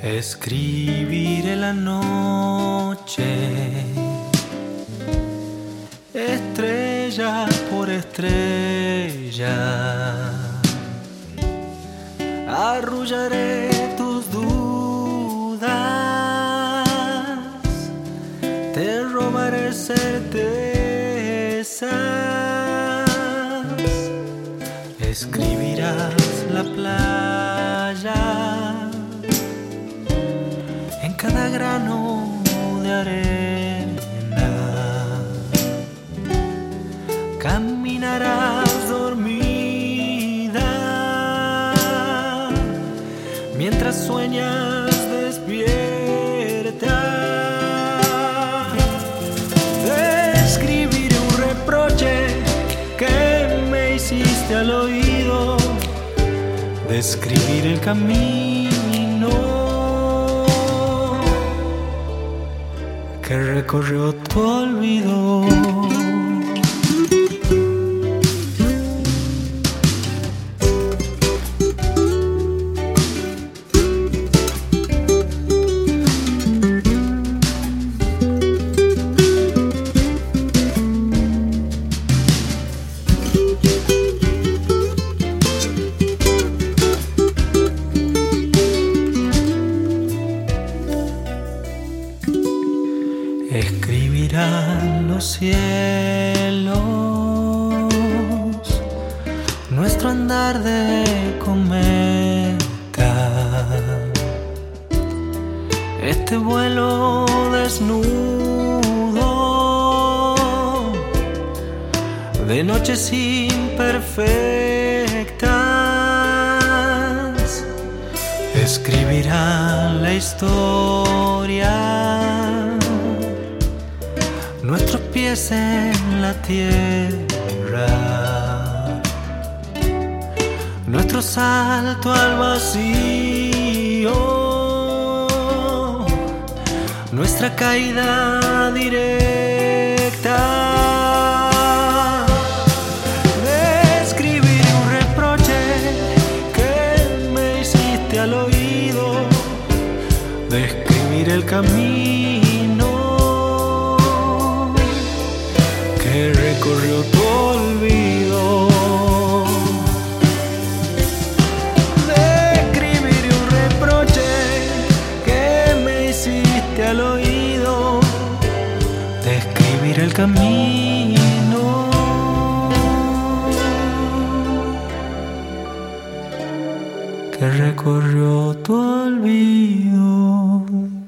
Escribiré la noche, estrella por estrella, arrullaré tus dudas, te robaré certezas, escribirás la playa en cada grano de arena, caminarás dormida mientras sueñas despierta. Escribiré un reproche que me hiciste al oído, describir el camino que recorrió tu olvido. Escribirán los cielos nuestro andar de cometa, este vuelo desnudo de noches imperfectas. Escribirán la historia nuestros pies en la tierra, nuestro salto al vacío, nuestra caída directa. Escribiré un reproche que me hiciste al oído, describir el camino que recorrió tu olvido. Describiré un reproche que me hiciste al oído, describir el camino que recorrió tu olvido.